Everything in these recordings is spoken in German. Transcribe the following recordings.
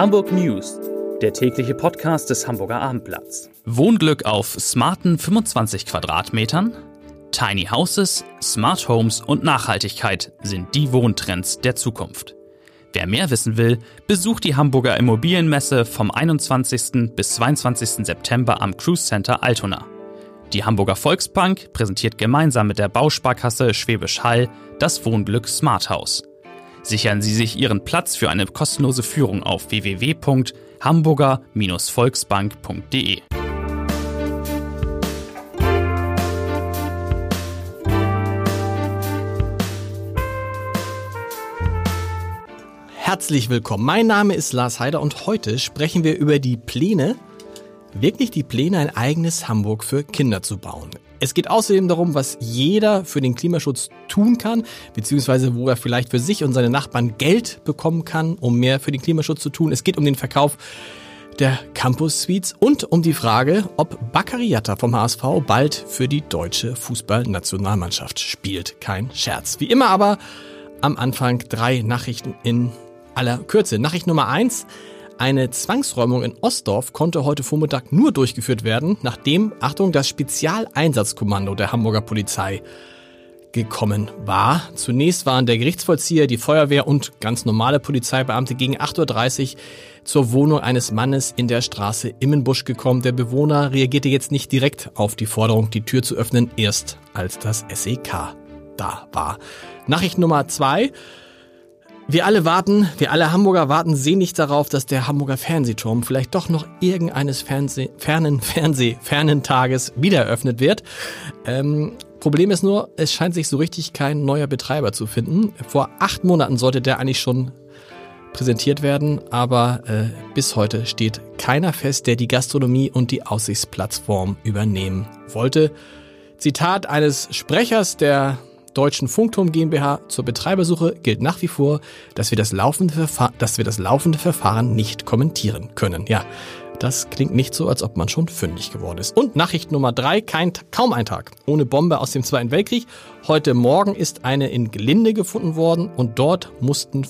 Hamburg News, der tägliche Podcast des Hamburger Abendblatts. Wohnglück auf smarten 25 Quadratmetern? Tiny Houses, Smart Homes und Nachhaltigkeit sind die Wohntrends der Zukunft. Wer mehr wissen will, besucht die Hamburger Immobilienmesse vom 21. bis 22. September am Cruise Center Altona. Die Hamburger Volksbank präsentiert gemeinsam mit der Bausparkasse Schwäbisch Hall das Wohnglück Smart House. Sichern Sie sich Ihren Platz für eine kostenlose Führung auf www.hamburger-volksbank.de. Herzlich willkommen. Mein Name ist Lars Heider und heute sprechen wir über die Pläne, ein eigenes Hamburg für Kinder zu bauen. Es geht außerdem darum, was jeder für den Klimaschutz tun kann, beziehungsweise wo er vielleicht für sich und seine Nachbarn Geld bekommen kann, um mehr für den Klimaschutz zu tun. Es geht um den Verkauf der Campus Suites und um die Frage, ob Bakary Yatta vom HSV bald für die deutsche Fußballnationalmannschaft spielt. Kein Scherz. Wie immer aber am Anfang 3 Nachrichten in aller Kürze. Nachricht Nummer 1. Eine Zwangsräumung in Ostdorf konnte heute Vormittag nur durchgeführt werden, nachdem, Achtung, das Spezialeinsatzkommando der Hamburger Polizei gekommen war. Zunächst waren der Gerichtsvollzieher, die Feuerwehr und ganz normale Polizeibeamte gegen 8.30 Uhr zur Wohnung eines Mannes in der Straße Immenbusch gekommen. Der Bewohner reagierte jetzt nicht direkt auf die Forderung, die Tür zu öffnen, erst als das SEK da war. Nachricht Nummer 2. Wir alle Hamburger warten sehnlich darauf, dass der Hamburger Fernsehturm vielleicht doch noch irgendeines fernen Tages wieder eröffnet wird. Problem ist nur, es scheint sich so richtig kein neuer Betreiber zu finden. Vor 8 Monaten sollte der eigentlich schon präsentiert werden, aber bis heute steht keiner fest, der die Gastronomie und die Aussichtsplattform übernehmen wollte. Zitat eines Sprechers der Deutschen Funkturm GmbH zur Betreibersuche gilt nach wie vor, dass wir das laufende Verfahren nicht kommentieren können. Ja, das klingt nicht so, als ob man schon fündig geworden ist. Und Nachricht Nummer 3, kaum ein Tag ohne Bombe aus dem Zweiten Weltkrieg. Heute Morgen ist eine in Glinde gefunden worden und dort mussten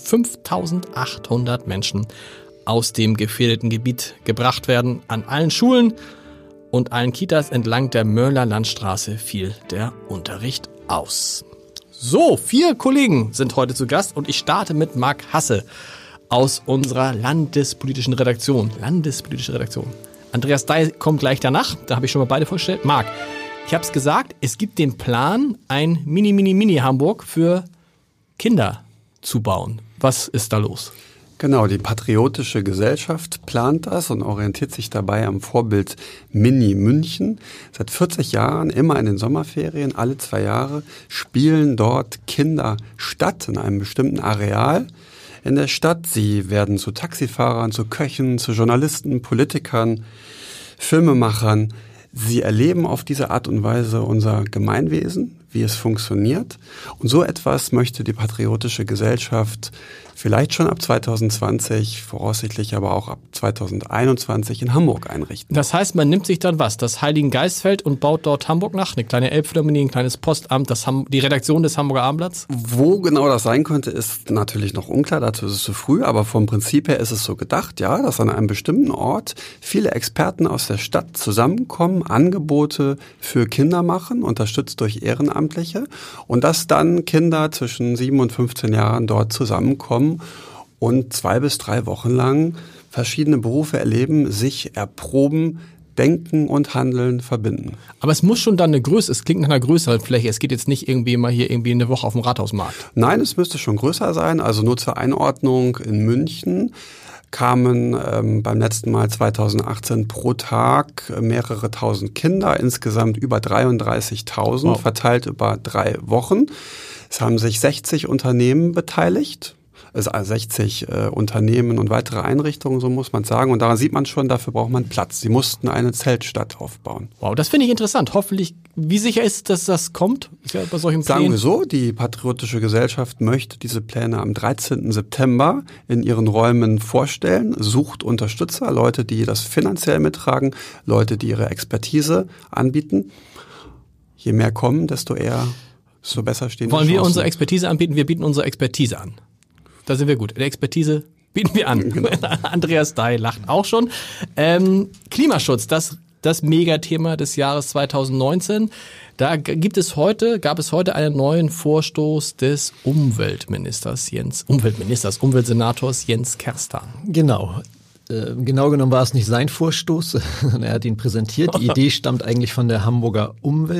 5.800 Menschen aus dem gefährdeten Gebiet gebracht werden. An allen Schulen und allen Kitas entlang der Mörler Landstraße fiel der Unterricht aus. So, 4 Kollegen sind heute zu Gast und ich starte mit Marc Hasse aus unserer landespolitischen Redaktion. Andreas Dai kommt gleich danach, da habe ich schon mal beide vorgestellt. Marc, ich habe es gesagt, es gibt den Plan, ein Mini-Hamburg für Kinder zu bauen. Was ist da los? Genau, die Patriotische Gesellschaft plant das und orientiert sich dabei am Vorbild Mini München. Seit 40 Jahren, immer in den Sommerferien, alle 2 Jahre, spielen dort Kinder Stadt in einem bestimmten Areal in der Stadt. Sie werden zu Taxifahrern, zu Köchen, zu Journalisten, Politikern, Filmemachern. Sie erleben auf diese Art und Weise unser Gemeinwesen, wie es funktioniert. Und so etwas möchte die Patriotische Gesellschaft vielleicht schon ab 2020, voraussichtlich aber auch ab 2021 in Hamburg einrichten. Das heißt, man nimmt sich dann was? Das Heiligengeistfeld und baut dort Hamburg nach? Eine kleine Elbphilharmonie, ein kleines Postamt, die Redaktion des Hamburger Abendblatts? Wo genau das sein könnte, ist natürlich noch unklar. Dazu ist es zu früh. Aber vom Prinzip her ist es so gedacht, ja, dass an einem bestimmten Ort viele Experten aus der Stadt zusammenkommen, Angebote für Kinder machen, unterstützt durch Ehrenamtliche. Und dass dann Kinder zwischen 7 und 15 Jahren dort zusammenkommen und 2 bis 3 Wochen lang verschiedene Berufe erleben, sich erproben, denken und handeln, verbinden. Aber es muss schon dann es klingt nach einer größeren Fläche. Es geht jetzt nicht irgendwie mal hier irgendwie eine Woche auf dem Rathausmarkt. Nein, es müsste schon größer sein. Also nur zur Einordnung, in München kamen beim letzten Mal 2018 pro Tag mehrere tausend Kinder, insgesamt über 33.000, verteilt über 3 Wochen. Es haben sich 60 Unternehmen beteiligt. 60 Unternehmen und weitere Einrichtungen, so muss man sagen. Und daran sieht man schon, dafür braucht man Platz. Sie mussten eine Zeltstadt aufbauen. Wow, das finde ich interessant. Hoffentlich, wie sicher ist, dass das kommt? Ist ja bei solchen Plänen. Sagen wir so, die Patriotische Gesellschaft möchte diese Pläne am 13. September in ihren Räumen vorstellen, sucht Unterstützer, Leute, die das finanziell mittragen, Leute, die ihre Expertise anbieten. Je mehr kommen, desto besser stehen die Wollen wir Chancen. unsere Expertise anbieten? Wir bieten unsere Expertise an. Da sind wir gut. In der Expertise Bieten wir an. Genau. Andreas Dai lacht auch schon. Klimaschutz, das Megathema des Jahres 2019. Da gab es heute einen neuen Vorstoß des Umweltsenators Jens Kerstan. Genau. Genau genommen war es nicht sein Vorstoß, sondern er hat ihn präsentiert. Die Idee stammt eigentlich von der Hamburger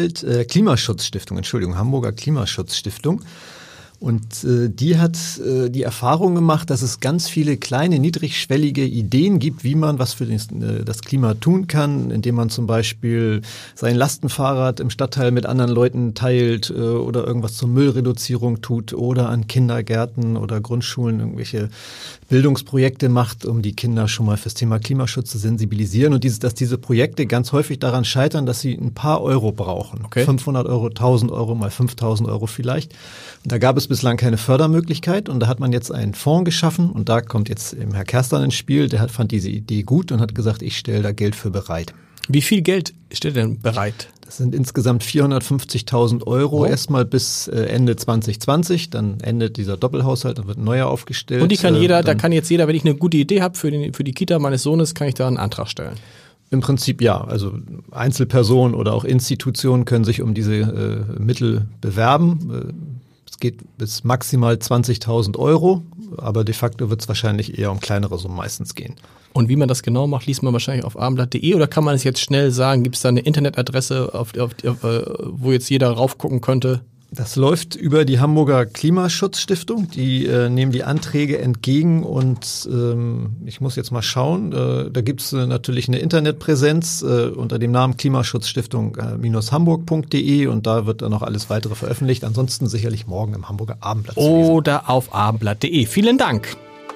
Hamburger Klimaschutzstiftung. Und die hat die Erfahrung gemacht, dass es ganz viele kleine, niedrigschwellige Ideen gibt, wie man was für das Klima tun kann, indem man zum Beispiel sein Lastenfahrrad im Stadtteil mit anderen Leuten teilt oder irgendwas zur Müllreduzierung tut oder an Kindergärten oder Grundschulen irgendwelche Bildungsprojekte macht, um die Kinder schon mal fürs Thema Klimaschutz zu sensibilisieren. Und dass diese Projekte ganz häufig daran scheitern, dass sie ein paar Euro brauchen. Okay. 500 Euro, 1000 Euro, mal 5000 Euro vielleicht. Und da gab es bislang keine Fördermöglichkeit und da hat man jetzt einen Fonds geschaffen und da kommt jetzt eben Herr Kerstan ins Spiel, fand diese Idee gut und hat gesagt, ich stelle da Geld für bereit. Wie viel Geld stellt er denn bereit? Das sind insgesamt 450.000 Euro erstmal bis Ende 2020, dann endet dieser Doppelhaushalt, dann wird ein neuer aufgestellt. Und da kann jetzt jeder, wenn ich eine gute Idee habe für die Kita meines Sohnes, kann ich da einen Antrag stellen? Im Prinzip ja, also Einzelpersonen oder auch Institutionen können sich um diese Mittel bewerben. Es geht bis maximal 20.000 Euro, aber de facto wird es wahrscheinlich eher um kleinere Summen meistens gehen. Und wie man das genau macht, liest man wahrscheinlich auf abendblatt.de oder kann man es jetzt schnell sagen? Gibt es da eine Internetadresse, wo jetzt jeder raufgucken könnte? Das läuft über die Hamburger Klimaschutzstiftung. Die nehmen die Anträge entgegen und ich muss jetzt mal schauen. Da gibt es natürlich eine Internetpräsenz unter dem Namen Klimaschutzstiftung-hamburg.de und da wird dann noch alles weitere veröffentlicht. Ansonsten sicherlich morgen im Hamburger Abendblatt zu lesen. Oder auf abendblatt.de. Vielen Dank.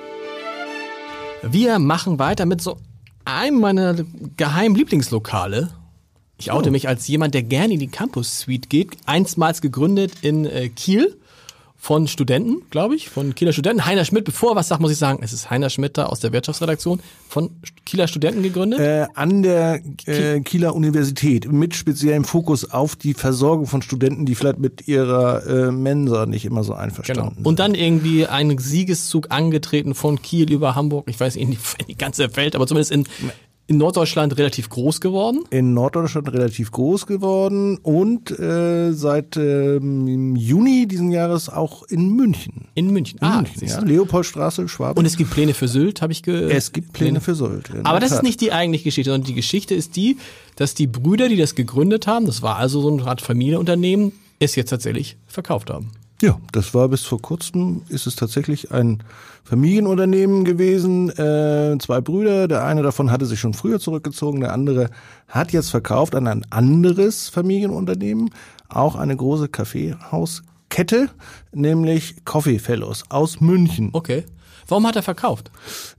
Wir machen weiter mit so einem meiner geheimen Lieblingslokale. Ich oute mich als jemand, der gerne in die Campus Suite geht. Einstmals gegründet in Kiel von Studenten, glaube ich, von Kieler Studenten. Heiner Schmidt, bevor er was sagt, muss ich sagen, es ist Heiner Schmidt da aus der Wirtschaftsredaktion von Kieler Studenten gegründet. An der Kieler Universität mit speziellem Fokus auf die Versorgung von Studenten, die vielleicht mit ihrer Mensa nicht immer so einverstanden sind. Und dann irgendwie einen Siegeszug angetreten von Kiel über Hamburg, ich weiß nicht, in die ganze Welt, aber zumindest in Norddeutschland relativ groß geworden? In Norddeutschland relativ groß geworden und seit Juni diesen Jahres auch in München. In München, ja. Leopoldstraße, Schwaben. Und es gibt Pläne für Sylt, habe ich gehört. Es gibt Pläne für Sylt. Aber das ist nicht die eigentliche Geschichte, sondern die Geschichte ist die, dass die Brüder, die das gegründet haben, das war also so eine Art Familienunternehmen, es jetzt tatsächlich verkauft haben. Ja, das war bis vor kurzem, ist es tatsächlich ein Familienunternehmen gewesen. 2 Brüder, der eine davon hatte sich schon früher zurückgezogen, der andere hat jetzt verkauft an ein anderes Familienunternehmen, auch eine große Kaffeehauskette, nämlich Coffee Fellows aus München. Okay. Warum hat er verkauft?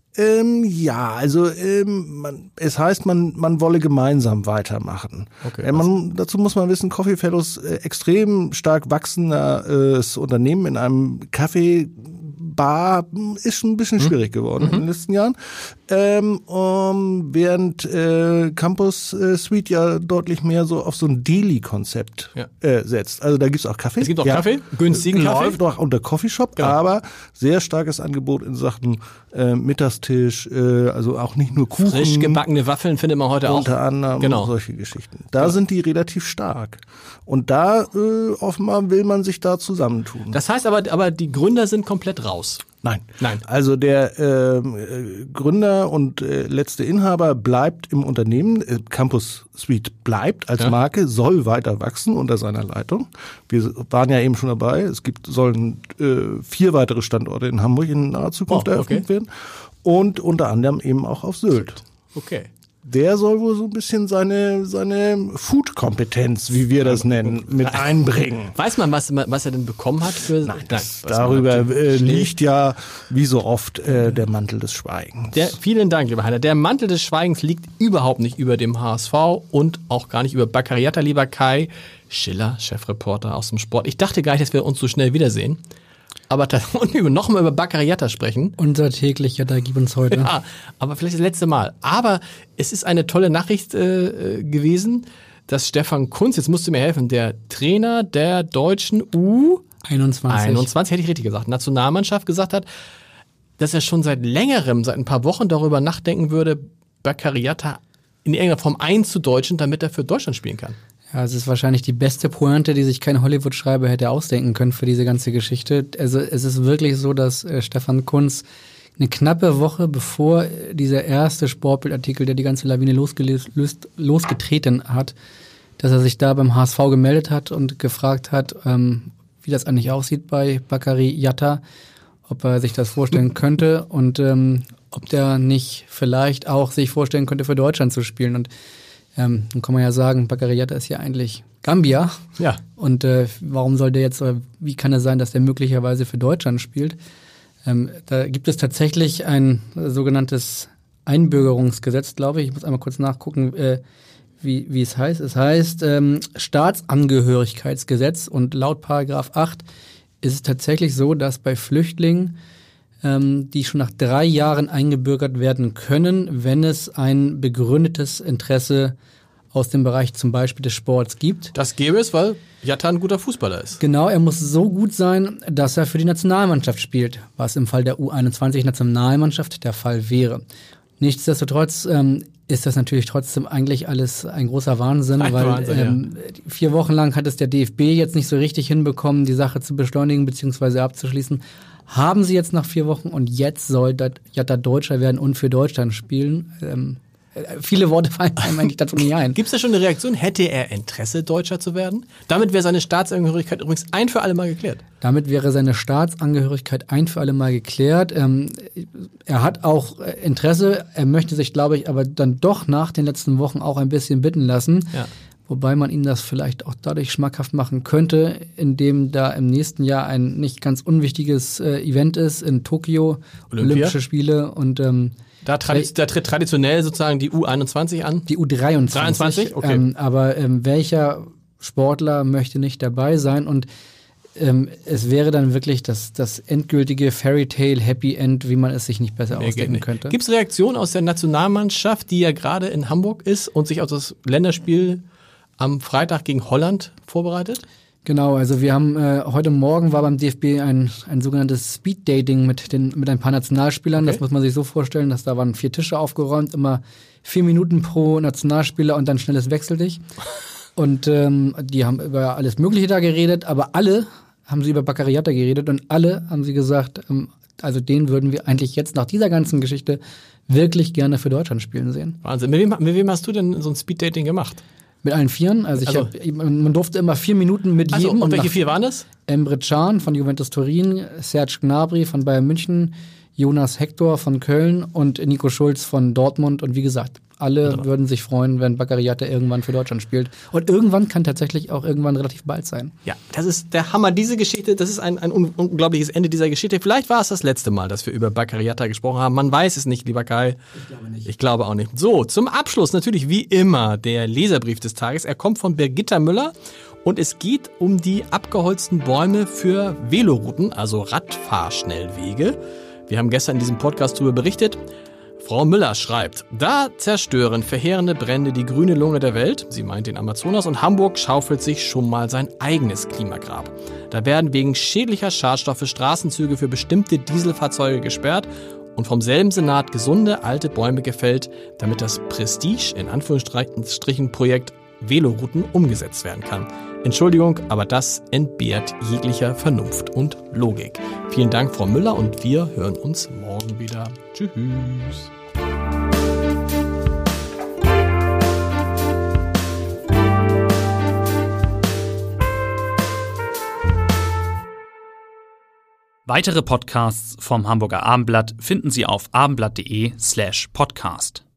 Es heißt, man wolle gemeinsam weitermachen. Okay, dazu muss man wissen, Coffee Fellows extrem stark wachsendes Unternehmen in einem Kaffeebar ist schon ein bisschen schwierig geworden in den letzten Jahren. Während Campus Suite ja deutlich mehr so auf so ein Deli-Konzept setzt. Also da gibt's auch Kaffee. Es gibt auch Kaffee, günstigen Kaffee. Läuft auch unter Coffeeshop, genau. Aber sehr starkes Angebot in Sachen Mittagstisch, also auch nicht nur Kuchen. Frisch gebackene Waffeln findet man heute auch. Unter anderem solche Geschichten. Da sind die relativ stark. Und da offenbar will man sich da zusammentun. Das heißt aber die Gründer sind komplett raus. Nein. Also der Gründer und letzte Inhaber bleibt im Unternehmen. Campus Suite bleibt als Marke, soll weiter wachsen unter seiner Leitung. Wir waren ja eben schon dabei. Sollen 4 weitere Standorte in Hamburg in naher Zukunft eröffnet werden. Und unter anderem eben auch auf Sylt. Okay. Der soll wohl so ein bisschen seine Food-Kompetenz, wie wir das nennen, mit einbringen. Weiß man, was er denn bekommen hat? Nein, darüber liegt ja, wie so oft, der Mantel des Schweigens. Vielen Dank, lieber Heiner. Der Mantel des Schweigens liegt überhaupt nicht über dem HSV und auch gar nicht über Baccariata, lieber Kai Schiller, Chefreporter aus dem Sport. Ich dachte gar nicht, dass wir uns so schnell wiedersehen. Aber nochmal über Baccariata sprechen. Unser täglicher, da gibt uns heute. Ja, aber vielleicht das letzte Mal. Aber es ist eine tolle Nachricht gewesen, dass Stefan Kunz, jetzt musst du mir helfen, der Trainer der deutschen U21, hätte ich richtig gesagt, Nationalmannschaft gesagt hat, dass er schon seit längerem, seit ein paar Wochen darüber nachdenken würde, Bakary Yatta in irgendeiner Form einzudeutschen, damit er für Deutschland spielen kann. Ja, es ist wahrscheinlich die beste Pointe, die sich kein Hollywood-Schreiber hätte ausdenken können für diese ganze Geschichte. Also es ist wirklich so, dass Stefan Kuntz eine knappe Woche bevor dieser erste Sportbildartikel, der die ganze Lawine losgetreten hat, dass er sich da beim HSV gemeldet hat und gefragt hat, wie das eigentlich aussieht bei Bakary Yatta, ob er sich das vorstellen könnte und ob der nicht vielleicht auch sich vorstellen könnte, für Deutschland zu spielen. Und dann kann man ja sagen, Bakary Yatta ist ja eigentlich Gambia. Ja. Und warum soll der jetzt, oder wie kann es sein, dass der möglicherweise für Deutschland spielt? Da gibt es tatsächlich ein sogenanntes Einbürgerungsgesetz, glaube ich. Ich muss einmal kurz nachgucken, wie es heißt. Es heißt Staatsangehörigkeitsgesetz und laut Paragraph 8 ist es tatsächlich so, dass bei Flüchtlingen, die schon nach 3 Jahren eingebürgert werden können, wenn es ein begründetes Interesse aus dem Bereich zum Beispiel des Sports gibt. Das gäbe es, weil Yatta ein guter Fußballer ist. Genau, er muss so gut sein, dass er für die Nationalmannschaft spielt, was im Fall der U21-Nationalmannschaft der Fall wäre. Nichtsdestotrotz ist das natürlich trotzdem eigentlich alles ein großer Wahnsinn, weil 4 Wochen lang hat es der DFB jetzt nicht so richtig hinbekommen, die Sache zu beschleunigen bzw. abzuschließen. Haben sie jetzt nach 4 Wochen und jetzt soll Yatta Deutscher werden und für Deutschland spielen. Viele Worte fallen einem eigentlich dazu nicht ein. Gibt es da schon eine Reaktion? Hätte er Interesse, Deutscher zu werden? Damit wäre seine Staatsangehörigkeit übrigens ein für alle Mal geklärt. Damit wäre seine Staatsangehörigkeit ein für alle Mal geklärt. Er hat auch Interesse. Er möchte sich, glaube ich, aber dann doch nach den letzten Wochen auch ein bisschen bitten lassen. Ja. Wobei man ihm das vielleicht auch dadurch schmackhaft machen könnte, indem da im nächsten Jahr ein nicht ganz unwichtiges Event ist in Tokio, Olympische Spiele und da tritt traditionell sozusagen die U21 an? Die U23. 23? Okay. Aber welcher Sportler möchte nicht dabei sein? Und es wäre dann wirklich das endgültige Fairytale Happy End, wie man es sich nicht besser ausdenken könnte. Gibt es Reaktionen aus der Nationalmannschaft, die ja gerade in Hamburg ist und sich auf das Länderspiel am Freitag gegen Holland vorbereitet? Genau, also wir haben heute Morgen war beim DFB ein sogenanntes Speed-Dating mit ein paar Nationalspielern. Okay. Das muss man sich so vorstellen, dass da waren 4 Tische aufgeräumt, immer 4 Minuten pro Nationalspieler und dann schnelles Wechsel dich. Und die haben über alles Mögliche da geredet, aber alle haben sie über Bakary Yatta geredet und alle haben sie gesagt, also den würden wir eigentlich jetzt nach dieser ganzen Geschichte wirklich gerne für Deutschland spielen sehen. Wahnsinn. Mit wem hast du denn so ein Speed-Dating gemacht? Mit allen 4. Man durfte immer 4 Minuten mit jedem. Und welche 4 waren das? Emre Can von Juventus Turin, Serge Gnabry von Bayern München, Jonas Hector von Köln und Nico Schulz von Dortmund. Und wie gesagt, alle würden sich freuen, wenn Bakary Yatta irgendwann für Deutschland spielt. Und irgendwann kann tatsächlich auch irgendwann relativ bald sein. Ja, das ist der Hammer. Diese Geschichte, das ist ein unglaubliches Ende dieser Geschichte. Vielleicht war es das letzte Mal, dass wir über Bakary Yatta gesprochen haben. Man weiß es nicht, lieber Kai. Ich glaube nicht. Ich glaube auch nicht. So, zum Abschluss natürlich wie immer der Leserbrief des Tages. Er kommt von Birgitta Müller. Und es geht um die abgeholzten Bäume für Velorouten, also Radfahrschnellwege. Wir haben gestern in diesem Podcast darüber berichtet. Frau Müller schreibt, da zerstören verheerende Brände die grüne Lunge der Welt, sie meint den Amazonas, und Hamburg schaufelt sich schon mal sein eigenes Klimagrab. Da werden wegen schädlicher Schadstoffe Straßenzüge für bestimmte Dieselfahrzeuge gesperrt und vom selben Senat gesunde alte Bäume gefällt, damit das Prestige, in Anführungsstrichen, Projekt Velorouten umgesetzt werden kann. Entschuldigung, aber das entbehrt jeglicher Vernunft und Logik. Vielen Dank, Frau Müller, und wir hören uns morgen wieder. Tschüss. Weitere Podcasts vom Hamburger Abendblatt finden Sie auf abendblatt.de/podcast.